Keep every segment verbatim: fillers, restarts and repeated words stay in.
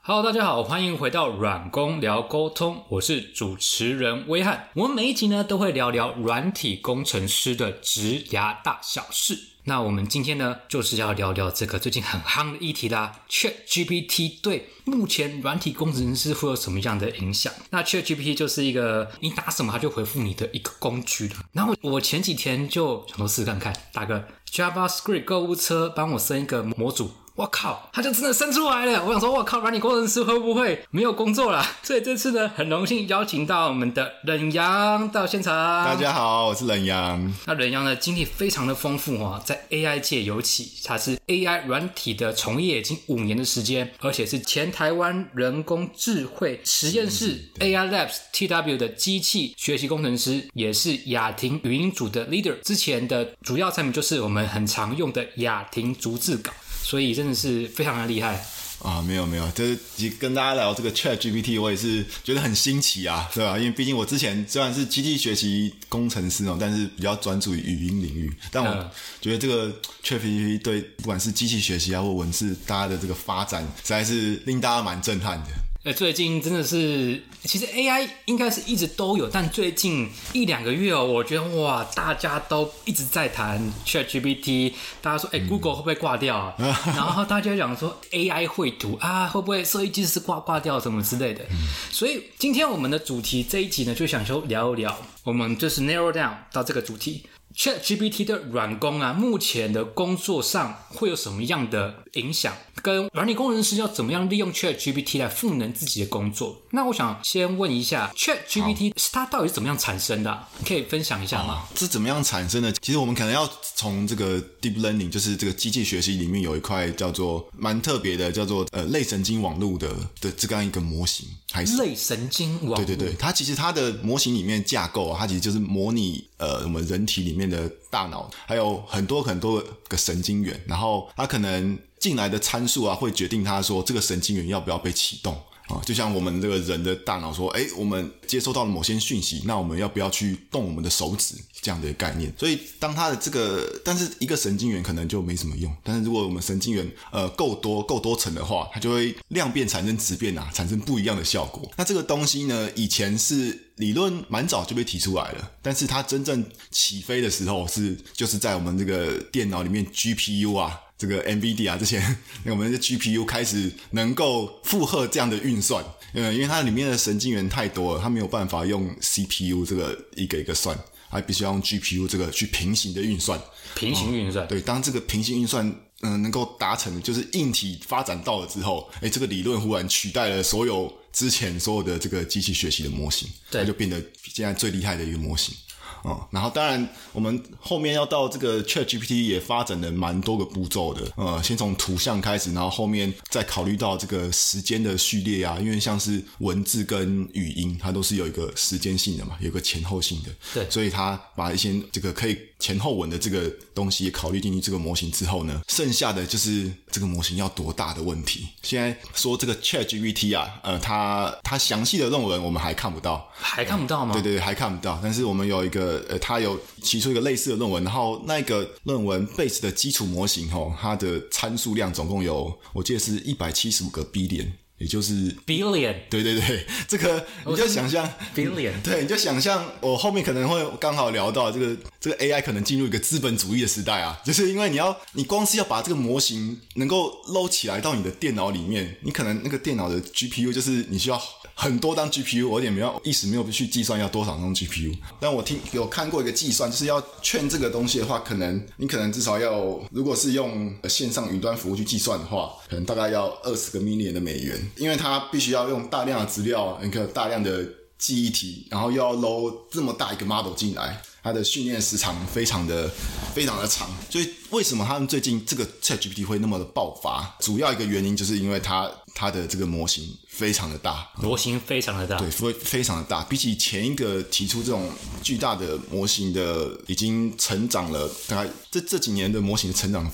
Hello， 大家好，欢迎回到软工聊沟通，我是主持人威翰。我们每一集呢都会聊聊软体工程师的职涯大小事。那我们今天呢就是要聊聊这个最近很夯的议题啦 ，ChatGPT 对目前软体工程师会有什么样的影响？那 ChatGPT 就是一个你打什么它就回复你的一个工具了。然后我前几天就想说试看看，打个 JavaScript 购物车帮我生一个模组。我靠，他就真的生出来了！我想说，我靠，软体工程师会不会没有工作啦？所以这次呢，很荣幸邀请到我们的冷阳到现场。 大家好，我是冷阳。 那冷阳呢，经历非常的丰富哦，在 A I 界尤其，他是 A I 软体的从业已经五年的时间，而且是前台湾人工智慧实验室 A I Labs T W 的机器学习工程师，也是雅婷语音组的 leader。之前的主要产品就是我们很常用的雅婷逐字稿。所以真的是非常的厉害啊！没有没有，就是跟大家聊这个 ChatGPT， 我也是觉得很新奇啊，对吧？因为毕竟我之前虽然是机器学习工程师哦，但是比较专注于语音领域。但我觉得这个 ChatGPT 对不管是机器学习啊或文字，大家的这个发展实在是令大家蛮震撼的。 呃，最近真的是，其实 A I 应该是一直都有，但最近一两个月哦，我觉得哇，大家都一直在谈 ChatGPT， 大家说，哎、欸、，Google 会不会挂掉啊？嗯、然后大家讲说 A I 绘图啊，会不会设计技师挂挂掉什么之类的？嗯、所以今天我们的主题这一集呢，就想说聊一聊，我们就是 narrow down 到这个主题。ChatGPT 的软工啊，目前的工作上会有什么样的影响？跟软体工程师要怎么样利用 ChatGPT 来赋能自己的工作？那我想先问一下 ，ChatGPT 它到底是怎么样产生的、啊？你可以分享一下吗？ 这怎么样产生的？其实我们可能要从这个 Deep Learning， 就是这个机器学习里面有一块叫做蛮特别的，叫做呃类神经网络的的这样一个模型，还是类神经网络？ 对对对，它其实它的模型里面架构啊，它其实就是模拟呃我们人体里面的大脑，还有很多很多个神经元，然后它可能进来的参数啊，会决定它说这个神经元要不要被启动啊。就像我们这个人的大脑说，哎，我们接收到了某些讯息，那我们要不要去动我们的手指这样的概念？所以当它的这个，但是一个神经元可能就没什么用，但是如果我们神经元呃够多够多层的话，它就会量变产生质变啊，产生不一样的效果。那这个东西呢，以前是理论蛮早就被提出来了，但是它真正起飞的时候是就是在我们这个电脑里面 G P U 啊，这个 NVIDIA 之前我们的 G P U 开始能够负荷这样的运算，嗯，因为它里面的神经元太多了，它没有办法用 C P U 这个一个一个算，它必须要用 G P U 这个去平行的运算。 平行运算、哦、 对，当这个平行运算嗯、呃、能够达成，就是硬体发展到了之后，诶，这个理论忽然取代了所有之前所有的这个机器学习的模型，它就变得现在最厉害的一个模型。嗯，然后当然我们后面要到这个 ChatGPT 也发展了蛮多个步骤的，呃，先从图像开始，然后后面再考虑到这个时间的序列啊，因为像是文字跟语音，它都是有一个时间性的嘛，有一个前后性的， 对， 所以它把一些这个可以前后文的这个东西也考虑进去这个模型之后呢，剩下的就是这个模型要多大的问题。现在说这个 ChatGPT 啊，呃，它它详细的论文我们还看不到， 还看不到吗？ 对对对，还看不到，但是我们有一个。呃，他有提出一个类似的论文，然后那个论文 base 的基础模型齁，它的参数量总共有，我记得是一百七十五个 billion， 也就是 billion。 对对对，这个你就想象 billion， 对，你就想象我后面可能会刚好聊到这个这个 A I 可能进入一个资本主义的时代啊，就是因为你要你光是要把这个模型能够 load 起来到你的电脑里面，你可能那个电脑的 G P U 就是你需要很多张 G P U， 我有点没有意识没有去计算要多少张 G P U， 但我听有看过一个计算，就是要劝这个东西的话，可能你可能至少要，如果是用线上云端服务去计算的话，可能大概要二十个 million 的美元，因为它必须要用大量的资料，你看大量的记忆体，然后又要 load 这么大一个 model 进来，它的训练时长非常的非常的长，所以为什么他们最近这个 ChatGPT 会那么的爆发？主要一个原因就是因为它它的这个模型非常的大， 模型非常的大， 对，非非常的大，比起前一个提出这种巨大的模型的，已经成长了大概这这几年的模型成长非常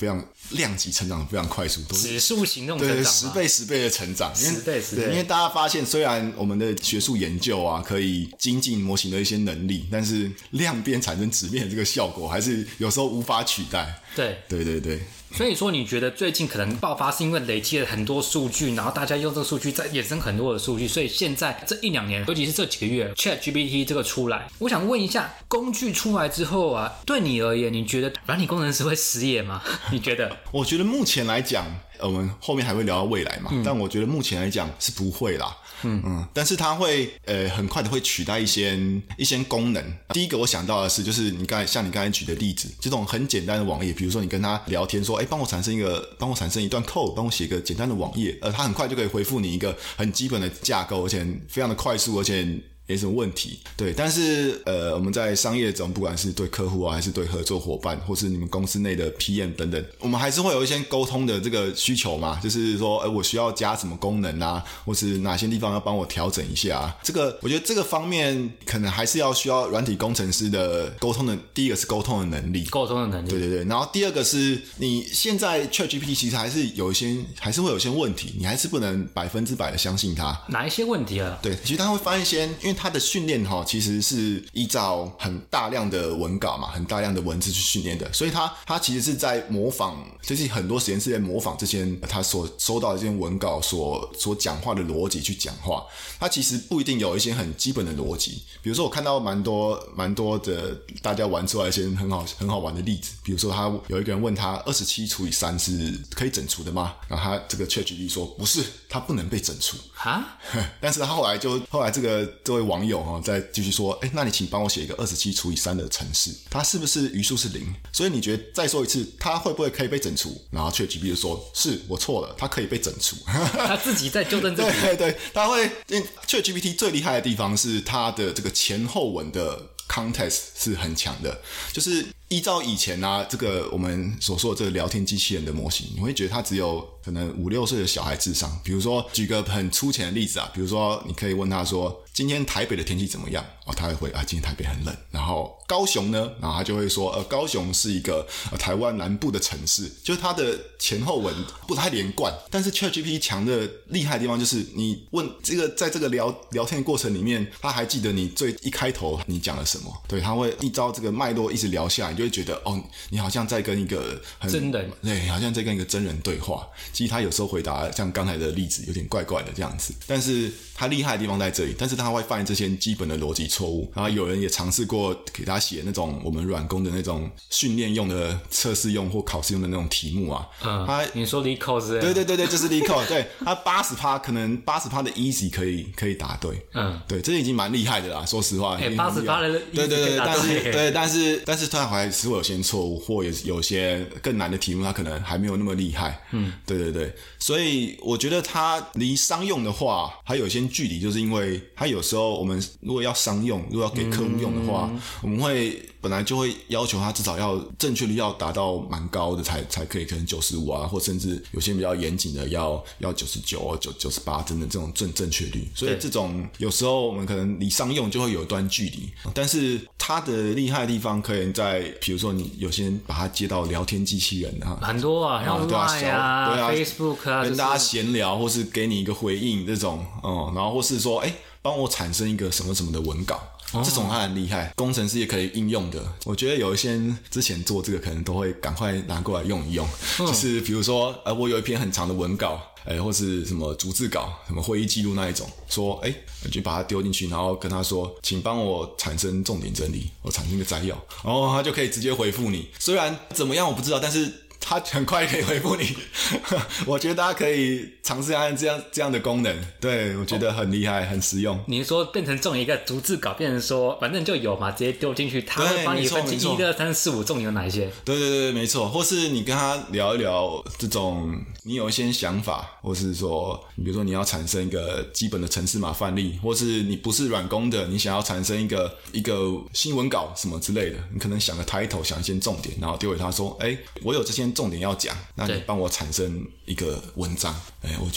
量级成长非常快速，都是指数型那种成长， 对，十倍十倍的成长，因为十倍十倍， 对，因为大家发现，虽然我们的学术研究啊可以精进模型的一些能力，但是量变产生质变的这个效果，还是有时候无法取代。 对，对对对。 所以说，你觉得最近可能爆发是因为累积了很多数据，然后大家用这个数据再衍生很多的数据，所以现在这一两年，尤其是这几个月 ，ChatGPT 这个出来，我想问一下，工具出来之后啊，对你而言，你觉得软体工程师会失业吗？你觉得？ 我觉得目前来讲，我们后面还会聊到未来嘛，嗯、但我觉得目前来讲是不会啦。嗯嗯，但是它会呃很快的会取代一些一些功能。第一个我想到的是，就是你刚才像你刚才举的例子，这种很简单的网页，比如说你跟他聊天说，哎，帮我产生一个，帮我产生一段 code， 帮我写一个简单的网页，呃，他很快就可以回复你一个很基本的架构，而且非常的快速，而且没什么问题。对，但是呃，我们在商业中，不管是对客户啊，还是对合作伙伴，或是你们公司内的 P M 等等，我们还是会有一些沟通的这个需求嘛，就是说，呃，我需要加什么功能啊，或是哪些地方要帮我调整一下啊。这个我觉得这个方面可能还是要需要软体工程师的沟通的，第一个是沟通的能力， 沟通的能力， 对对对。然后第二个是你现在 ChatGPT 其实还是有一些，还是会有一些问题，你还是不能百分之百的相信它。 哪一些问题啊？ 对，其实他会发现一些，因为它的训练哈，其实是依照很大量的文稿嘛，很大量的文字去训练的，所以它它其实是在模仿，就是很多实验室在模仿这些他所收到的这些文稿所所讲话的逻辑去讲话。它其实不一定有一些很基本的逻辑，比如说我看到蛮多蛮多的大家玩出来一些很好很好玩的例子，比如说他有一个人问他二十七除以三是可以整除的吗？然后他这个 ChatGPT 说不是，它不能被整除哈， 但是他后来就后来这个这位网友哈再继续说，哎，那你请帮我写一个二十七除以三的程式，它是不是余数是零？所以你觉得再说一次，它会不会可以被整除？然后 ChatGPT 就说，是我错了，它可以被整除。 他自己在纠正自己。 对对对，他会，因为 ChatGPT 最厉害的地方是它的这个前后文的 context 是很强的，就是依照以前啊，这个我们所说的这个聊天机器人的模型，你会觉得它只有可能五六岁的小孩智商。比如说，举个很粗浅的例子啊，比如说你可以问他说，今天台北的天气怎么样？哦，他会回啊，今天台北很冷。然后高雄呢？然后他就会说，呃，高雄是一个、呃、台湾南部的城市。就是它的前后文不太连贯。但是 ChatGPT 强的厉害的地方就是，你问这个，在这个聊聊天的过程里面，他还记得你最一开头你讲了什么。对，他会依照这个脉络一直聊下来，你就会觉得哦，你好像在跟一个很真人， 对，好像在跟一个真人对话。其实他有时候回答像刚才的例子有点怪怪的这样子，但是他厉害的地方在这里，但是他会发现这些基本的逻辑错误。然后有人也尝试过给他写那种我们软工的那种训练用的、测试用或考试用的那种题目啊。 嗯，他你说 LeetCode 是？ 对对对对，就是 LeetCode。对，他八十趴可能八十趴的 easy 可以可以答对。嗯，对，这已经蛮厉害的啦。说实话， 哎，八十趴的 easy 对对对，但是对， 对，但是但是他还是会有些错误，或有有些更难的题目，他可能还没有那么厉害。嗯，对对对，所以我觉得他离商用的话还有一些距离，就是因为他有时候我们如果要商用，如果要给客户用的话，嗯、我们会本来就会要求他至少要正确率要达到蛮高的才才可以，可能九十五啊，或甚至有些比较严谨的要要九十九、九九十八，真的这种正正确率。所以这种有时候我们可能离商用就会有一段距离，但是它的厉害的地方可以在，比如说你有些人把它接到聊天机器人啊， 很多啊，像 Line 啊、对啊 Facebook 啊， 跟大家闲聊，或是给你一个回应这种，嗯，然后或是说，哎，帮我产生一个什么什么的文稿。哦、这种它很厉害，工程师也可以应用的。我觉得有一些之前做这个可能都会赶快拿过来用一用，嗯、就是比如说，呃，我有一篇很长的文稿，哎，或是什么逐字稿、什么会议记录那一种，说，哎，你就把它丢进去，然后跟他说，请帮我产生重点整理，我产生一个摘要，然后他就可以直接回复你。虽然怎么样我不知道，但是他很快可以回复你。我觉得大家可以尝试一下这样这样的功能，对，我觉得很厉害、哦、很实用。 你说变成这种一个逐字稿，变成说反正就有嘛，直接丢进去，他会帮你分析一二三四五重点有哪一些。 对对对，没错。或是你跟他聊一聊这种你有一些想法，或是说比如说你要产生一个基本的程式码范例，或是你不是软工的，你想要产生一个一个新闻稿什么之类的，你可能想个 title， 想一些重点，然后丢给他说，哎，我有这些重点要讲，那你帮我产生一个文章。哎，我觉得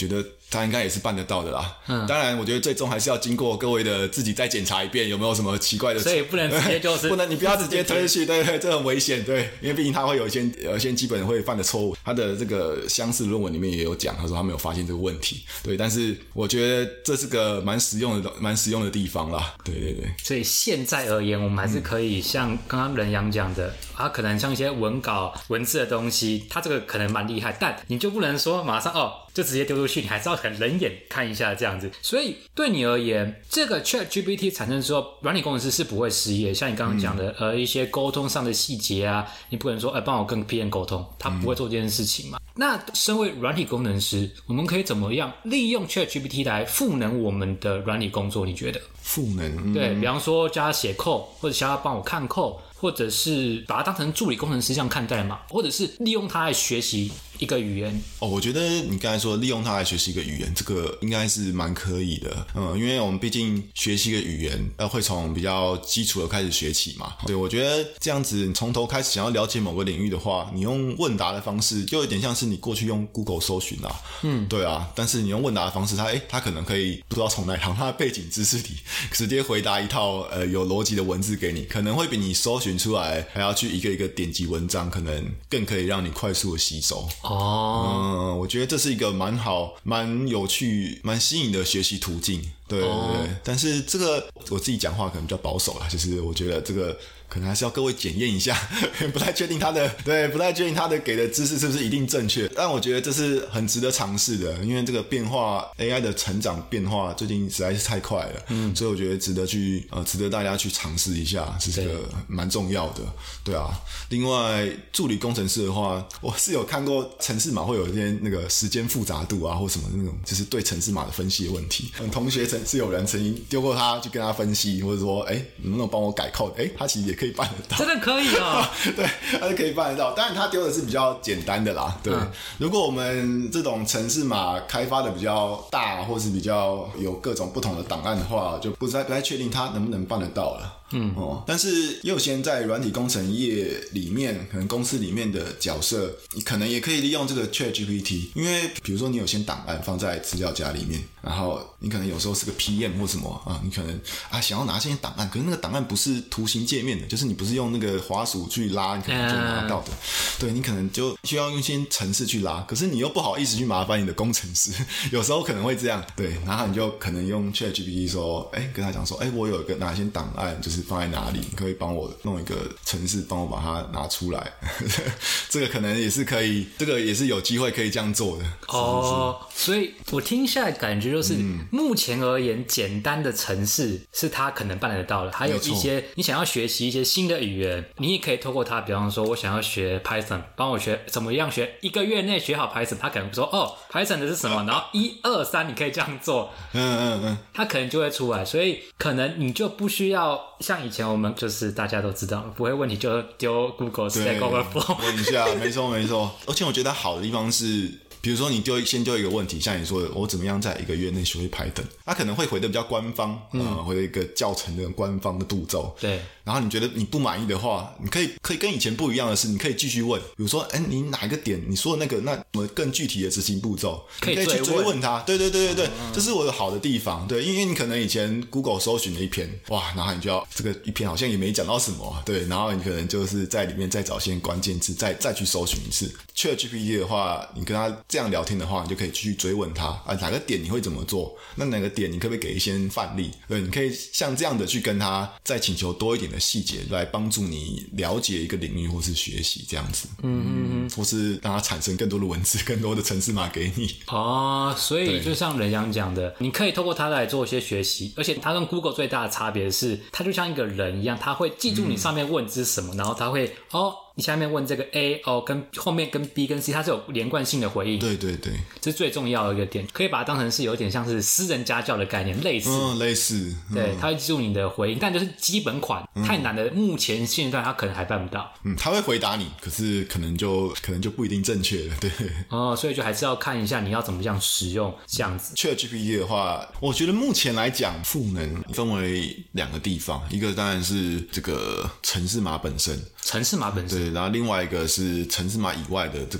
他应该也是办得到的啦。嗯，当然，我觉得最终还是要经过各位的自己再检查一遍，有没有什么奇怪的， 所以不能直接就是不能，你不要直接推去，对对，这很危险，对，因为毕竟他会有一些有一些基本会犯的错误，他的这个相似论文里面也有讲，他说他没有发现这个问题，对，但是我觉得这是个蛮实用的、蛮实用的地方啦，对对对。 所以现在而言，我们还是可以像刚刚仁阳讲的，他可能像一些文稿、文字的东西，他这个可能蛮厉害，但你就不能说马上哦就直接丢出去，你还是要很冷眼看一下这样子。所以对你而言，这个 ChatGPT 产生之后，软体工程师是不会失业。像你刚刚讲的，嗯、呃，一些沟通上的细节啊，你不可能说，哎，帮我跟 P M 沟通，他不会做这件事情嘛。嗯、那身为软体工程师，我们可以怎么样利用 ChatGPT 来赋能我们的软体工作？你觉得？ 赋能，嗯、 对，比方说叫他写 code， 或者叫他帮我看 code， 或者是把它当成助理工程师这样看待嘛，或者是利用它来学习一个语言。 哦，我觉得你刚才说利用它来学习一个语言，这个应该是蛮可以的。嗯，因为我们毕竟学习一个语言，呃，会从比较基础的开始学起嘛。对，我觉得这样子，你从头开始想要了解某个领域的话，你用问答的方式，就有点像是你过去用 Google 搜寻啦。嗯，对啊。但是你用问答的方式，它诶，它可能可以不知道从哪行，它的背景知识里直接回答一套呃有逻辑的文字给你，可能会比你搜寻出来还要去一个一个点击文章，可能更可以让你快速的吸收。哦，嗯，我觉得这是一个蛮好、蛮有趣、蛮新颖的学习途径。对对对，哦、但是这个我自己讲话可能比较保守啦，就是我觉得这个可能还是要各位检验一下，不太确定他的对，不太确定他的给的知识是不是一定正确。但我觉得这是很值得尝试的，因为这个变化 A I 的成长变化最近实在是太快了，嗯，所以我觉得值得去呃，值得大家去尝试一下，是这个蛮重要的，对啊。另外，助理工程师的话，我是有看过程式码会有一些那个时间复杂度啊，或什么那种，就是对程式码的分析的问题。嗯，同学曾是有人曾经丢过他去跟他分析，或者说，哎，能不能帮我改 code？ 哎，他其实也可以办得到， 真的可以哦。 对，他是可以办得到，当然他丢的是比较简单的啦。对，嗯、如果我们这种程式码开发的比较大，或是比较有各种不同的档案的话，就不太不太确定他能不能办得到了。嗯哦，但是也有些人在软体工程业里面，可能公司里面的角色，你可能也可以利用这个 ChatGPT， 因为比如说你有些档案放在资料夹里面，然后你可能有时候是个 P M 或什么啊，你可能啊想要拿这些档案，可是那个档案不是图形界面的，就是你不是用那个滑鼠去拉，你可能就拿到的，嗯、对你可能就需要用一些程式去拉，可是你又不好意思去麻烦你的工程师，有时候可能会这样，对，然后你就可能用 ChatGPT 说，哎，跟他讲说，哎，我有一个哪些档案，就是放在哪里，你可以帮我弄一个程式帮我把它拿出来。这个可能也是可以，这个也是有机会可以这样做的哦。所以我听下来感觉就是、嗯、目前而言简单的程式是他可能办得到的，还有一些你想要学习一些新的语言，你也可以透过它，比方说我想要学 Python， 帮我学怎么样学一个月内学好 Python， 他可能说哦 Python 的是什么，然后一二三你可以这样做，嗯嗯嗯，他可能就会出来，所以可能你就不需要像以前我们就是大家都知道不会问题就丢 Google Stack Overflow 问一下，没错没错。而且我觉得好的地方是，比如说你丢先丢一个问题，像你说的，我怎么样在一个月内学会 Python， 他可能会回的比较官方，嗯，呃、回的一个教程的官方的步骤， 对。 然后你觉得你不满意的话，你可以可以跟以前不一样的是，你可以继续问，比如说，哎，你哪一个点你说的那个，那我们更具体的执行步骤， 可以你可以去追问他。对对对对对，嗯、这是我的好的地方。对，因为你可能以前 Google 搜寻了一篇，哇，然后你就要这个一篇好像也没讲到什么，对，然后你可能就是在里面再找些关键字，再再去搜寻一次。ChatGPT 的话，你跟他这样聊天的话，你就可以继续追问他啊，哪个点你会怎么做？那哪个点你可不可以给一些范例？对，你可以像这样的去跟他再请求多一点的细节来帮助你了解一个领域或是学习这样子，嗯嗯嗯，或是让它产生更多的文字、更多的程式码给你。 哦，所以就像仁阳讲的，你可以透过它来做一些学习，而且它跟 Google 最大的差别是，它就像一个人一样，它会记住你上面问之什么，嗯、然后它会哦。你下面问这个 A 哦，跟后面跟 B 跟 C 它是有连贯性的回应， 对对对， 这是最重要的一个点，可以把它当成是有点像是私人家教的概念，类似， 嗯，类似， 嗯、对，它会记住你的回应，但就是基本款、嗯、太难的，目前现阶段它可能还办不到， 嗯，它会回答你，可是可能就可能就不一定正确了，对， 哦，所以就还是要看一下你要怎么样使用这样子。 ChatGPT 的话，我觉得目前来讲，赋能分为两个地方，一个当然是这个程式码本身， 程式码本身， 对，然后另外一个是程式码以外的这个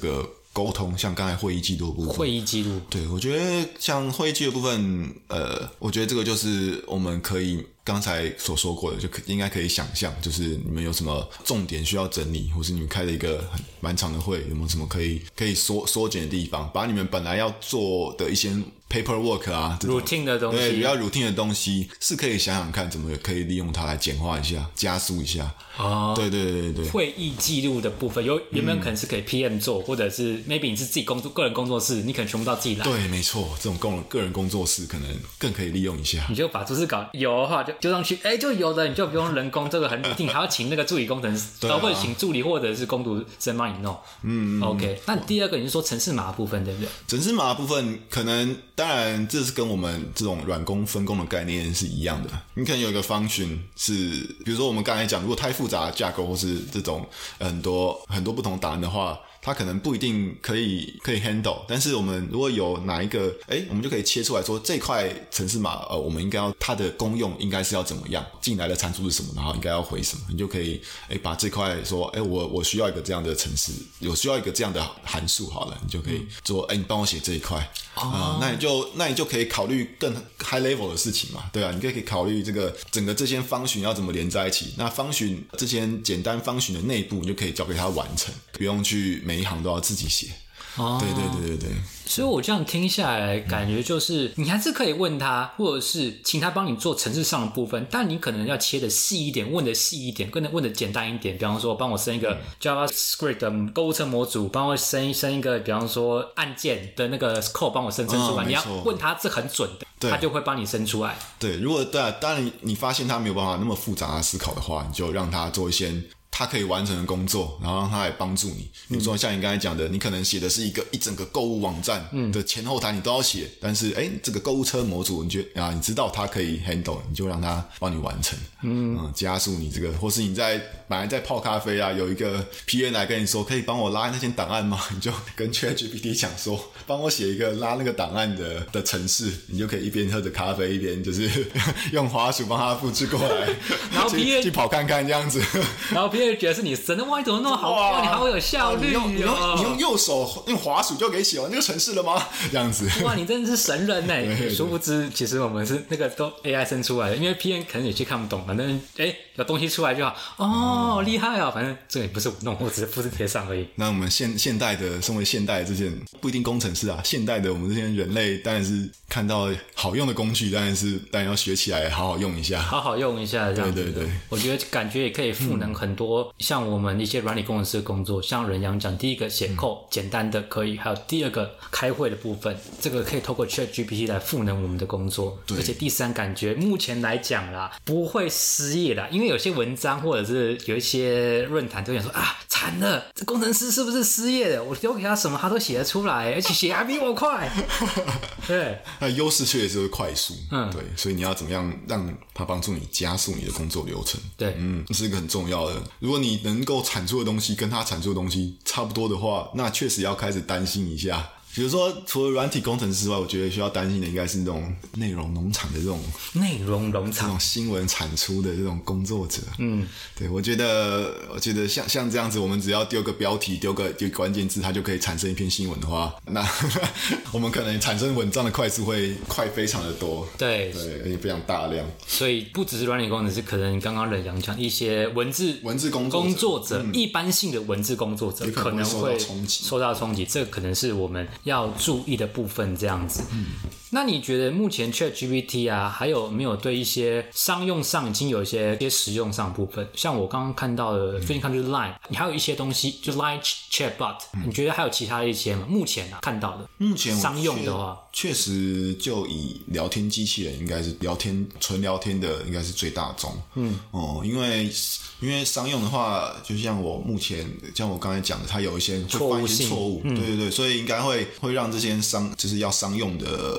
沟通，像刚才会议记录的部分， 会议记录， 对，我觉得像会议记录的部分，呃，我觉得这个就是我们可以刚才所说过的，就应该可以想象，就是你们有什么重点需要整理，或是你们开了一个很蛮长的会，有没有什么可以可以缩缩减的地方，把你们本来要做的一些 paperwork 啊 routine 的东西， 对，比较 routine 的东西，是可以想想看怎么可以利用它来简化一下，加速一下。哦，对对对对， 会议记录的部分，有原本可能是给 P M 做，嗯、或者是 maybe 你是自己工作个人工作室，你可能全部都自己来。 对，没错，这种个人个人工作室可能更可以利用一下。 你就把逐字稿有的话就丢上去，哎，就有的你就不用人工，这个很 routine， 还要请那个助理工程师，啊、或者请助理或者是工读生帮你弄。嗯嗯 ，OK。那第二个你是说程式码的部分，对不对？ 程式码的部分可能当然这是跟我们这种软工分工的概念是一样的。你可能有一个 function 是，比如说我们刚才讲，如果太复杂的架构或是这种很多很多不同答案的话，它可能不一定可以可以 handle， 但是我们如果有哪一个，哎，我们就可以切出来说这块程式码，呃，我们应该要它的功用应该是要怎么样，进来的参数是什么，然后应该要回什么，你就可以，哎，把这块说，哎，我我需要一个这样的程式，有需要一个这样的函数，好了，你就可以说，哎，你帮我写这一块，啊、哦呃，那你就那你就可以考虑更 high level 的事情嘛，对啊，你可以考虑这个整个这些function要怎么连在一起，那function这些简单function的内部，你就可以交给它完成，不用去每一行都要自己写。哦，对对对对对。 所以我这样听下来，感觉就是你还是可以问他，或者是请他帮你做程式上的部分，但你可能要切的细一点，问的细一点，跟问的简单一点。比方说，帮我生一个 JavaScript 的购物车模组，帮我生生一个，比方说按键的那个 code， 帮我生成出来。哦、你要问他是很准的，他就会帮你生出来。 对，如果对、啊，当然你你发现他没有办法那么复杂的思考的话，你就让他做一些他可以完成的工作，然后让他来帮助你。比如说像你刚才讲的，你可能写的是一个一整个购物网站的前后台你都要写，但是哎，这个购物车模组，你觉得啊，你知道他可以 handle， 你就让他帮你完成，嗯，嗯加速你这个，或是你在本来在泡咖啡啊，有一个 P M 来跟你说，可以帮我拉那些档案吗？你就跟 ChatGPT 讲说，帮我写一个拉那个档案的的程式，你就可以一边喝着咖啡，一边就是用滑鼠帮他复制过来， 然后 P M 去跑看看这样子， 然后 P M 觉得是你神的，哇，你怎么那么好哇，你好有效率、哦、 你用你用你用右手用滑鼠就可以写完这个程式了吗？这样子， 哇，你真的是神人哎！殊不知，其实我们是那个都 A I 生出来的，因为 P M 可能有些看不懂，反正哎有东西出来就好，哦，厉、嗯、害啊！反正这个也不是我弄，我只是复制贴上而已。 那我们现现代的，身为现代的这些不一定工程师啊，现代的我们这些人类当然是看到好用的工具，当然是当然要学起来，好好用一下， 好好用一下，这样子。对对对，我觉得感觉也可以赋能很多、嗯、像我们一些软体工程师的工作，像人洋讲，第一个写 code、嗯、简单的可以，还有第二个开会的部分，这个可以透过 ChatGPT 来赋能我们的工作。而且第三，感觉目前来讲啦，不会失业啦，因为有些文章或者是有一些论坛都讲说啊，惨了，这工程师是不是失业了？我丢给他什么他都写得出来，而且写还比我快。对， 那优势确实是快速，嗯，对，所以你要怎么样让他帮助你加速你的工作流程？ 对， 嗯，这是一个很重要的。如果你能够产出的东西跟他产出的东西差不多的话，那确实要开始担心一下。比如说，除了软体工程师之外，我觉得需要担心的应该是那种内容农场的这种内容农场、 这种新闻产出的这种工作者。嗯，对，我觉得，我觉得像像这样子，我们只要丢个标题，丢个丢个关键字，它就可以产生一篇新闻的话，那我们可能产生文章的快速会快非常的多。 对对，而且非常大量。 所以不只是软体工程师，可能刚刚冷阳讲一些文字文字工作者， 工作者嗯、一般性的文字工作者可能会受到冲击，这可能是我们要注意的部分，这样子。嗯，那你觉得目前 ChatGPT 啊，还有没有对一些商用上已经有一些一些实用上的部分？像我刚刚看到的，最近看就是 Line， 你还有一些东西，就 Line Chatbot，、嗯、你觉得还有其他的一些吗？目前啊看到的， 目前商用的话， 确实就以聊天机器人应该是聊天纯聊天的应该是最大宗。嗯哦，因为因为商用的话，就像我目前像我刚才讲的，它有一些会犯一些错误，嗯、对对对，所以应该会会让这些商就是要商用的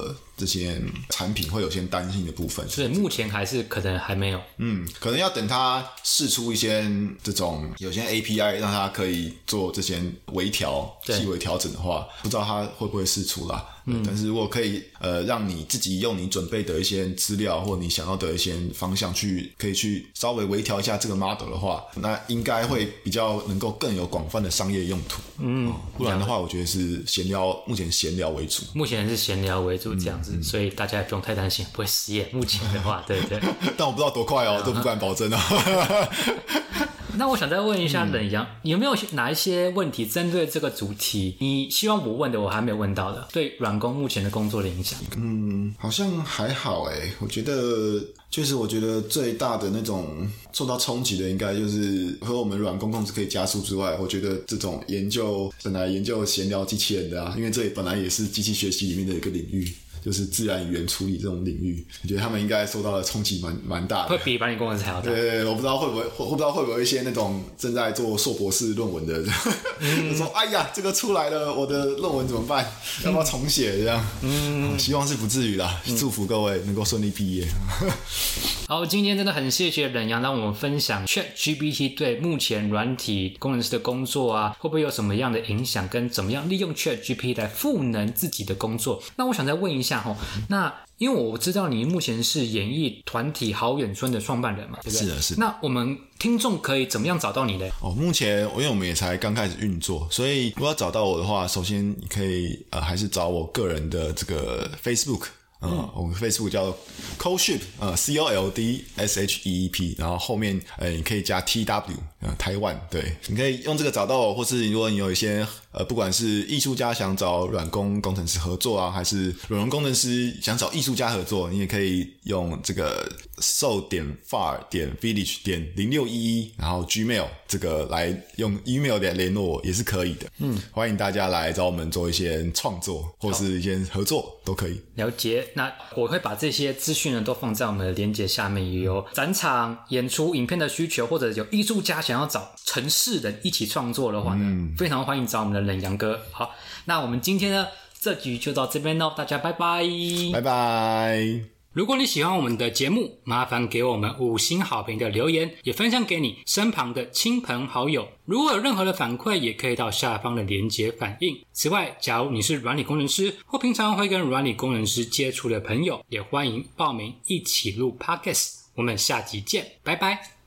这些产品会有些担心的部分。 所以目前还是可能还没有， 嗯，可能要等它释出一些这种有些 A P I 让它可以做这些微调、细微调整的话，不知道它会不会释出啦。嗯，但是如果可以呃让你自己用你准备的一些资料或你想要的一些方向去可以去稍微微调一下这个 model 的话，那应该会比较能够更有广泛的商业用途。嗯，哦、不然的话我觉得是闲聊，目前闲聊为主。 目前是闲聊为主这样子，嗯嗯、所以大家也不用太担心不会失业。目前的话，对对。 但我不知道多快哦，都不敢保证哦。 那我想再问一下冷阳、嗯，有没有哪一些问题针对这个主题，你希望我问的我还没有问到的，对软工目前的工作的影响？ 嗯，好像还好诶，我觉得确实，我觉得最大的那种受到冲击的，应该就是和我们软工控制可以加速之外，我觉得这种研究本来研究闲聊机器人的啊，因为这本来也是机器学习里面的一个领域。就是自然语言处理这种领域，我觉得他们应该受到的冲击蛮蛮大的， 会比软体工程师还要大。 对对对，我不知道会不会，我不知道会不会一些那种正在做硕博士论文的，嗯、就说哎呀，这个出来了，我的论文怎么办？嗯、要不要重写？这样，嗯，希望是不至于啦。嗯、祝福各位能够顺利毕业。 好，今天真的很谢谢冷阳让我们分享 ChatGPT 对目前软体工程师的工作啊，会不会有什么样的影响，跟怎么样利用 ChatGPT 来赋能自己的工作。那我想再问一下齁，那因为我知道你目前是演艺团体好远村的创办人嘛，对不对？ 是的，是的。 那我们听众可以怎么样找到你呢？ 哦，目前因为我们也才刚开始运作，所以如果要找到我的话，首先你可以呃还是找我个人的这个 Facebook。嗯，我们 Facebook 叫 Coldship， 呃 ，C O L D S H E E P， 然后后面呃你可以加 T W， 呃，台湾，对，你可以用这个找到我，或是如果你有一些呃，不管是艺术家想找软工工程师合作啊，还是软工工程师想找艺术家合作，你也可以用这个 so 点 far 点 village 点零六一一，然后 Gmail 这个来用 email 来联络我也是可以的。嗯，欢迎大家来找我们做一些创作或是一些合作都可以。 了解。那我会把这些资讯呢都放在我们的连结下面，也有展场、演出、影片的需求，或者有艺术家想要找程式人一起创作的话呢、嗯，非常欢迎找我们的冷阳哥。好，那我们今天呢这局就到这边咯，大家拜拜， 拜拜。 如果你喜欢我们的节目，麻烦给我们五星好评的留言，也分享给你身旁的亲朋好友。如果有任何的反馈，也可以到下方的连结反映。此外，假如你是软体工程师或平常会跟软体工程师接触的朋友，也欢迎报名一起录 Podcast。我们下集见，拜拜。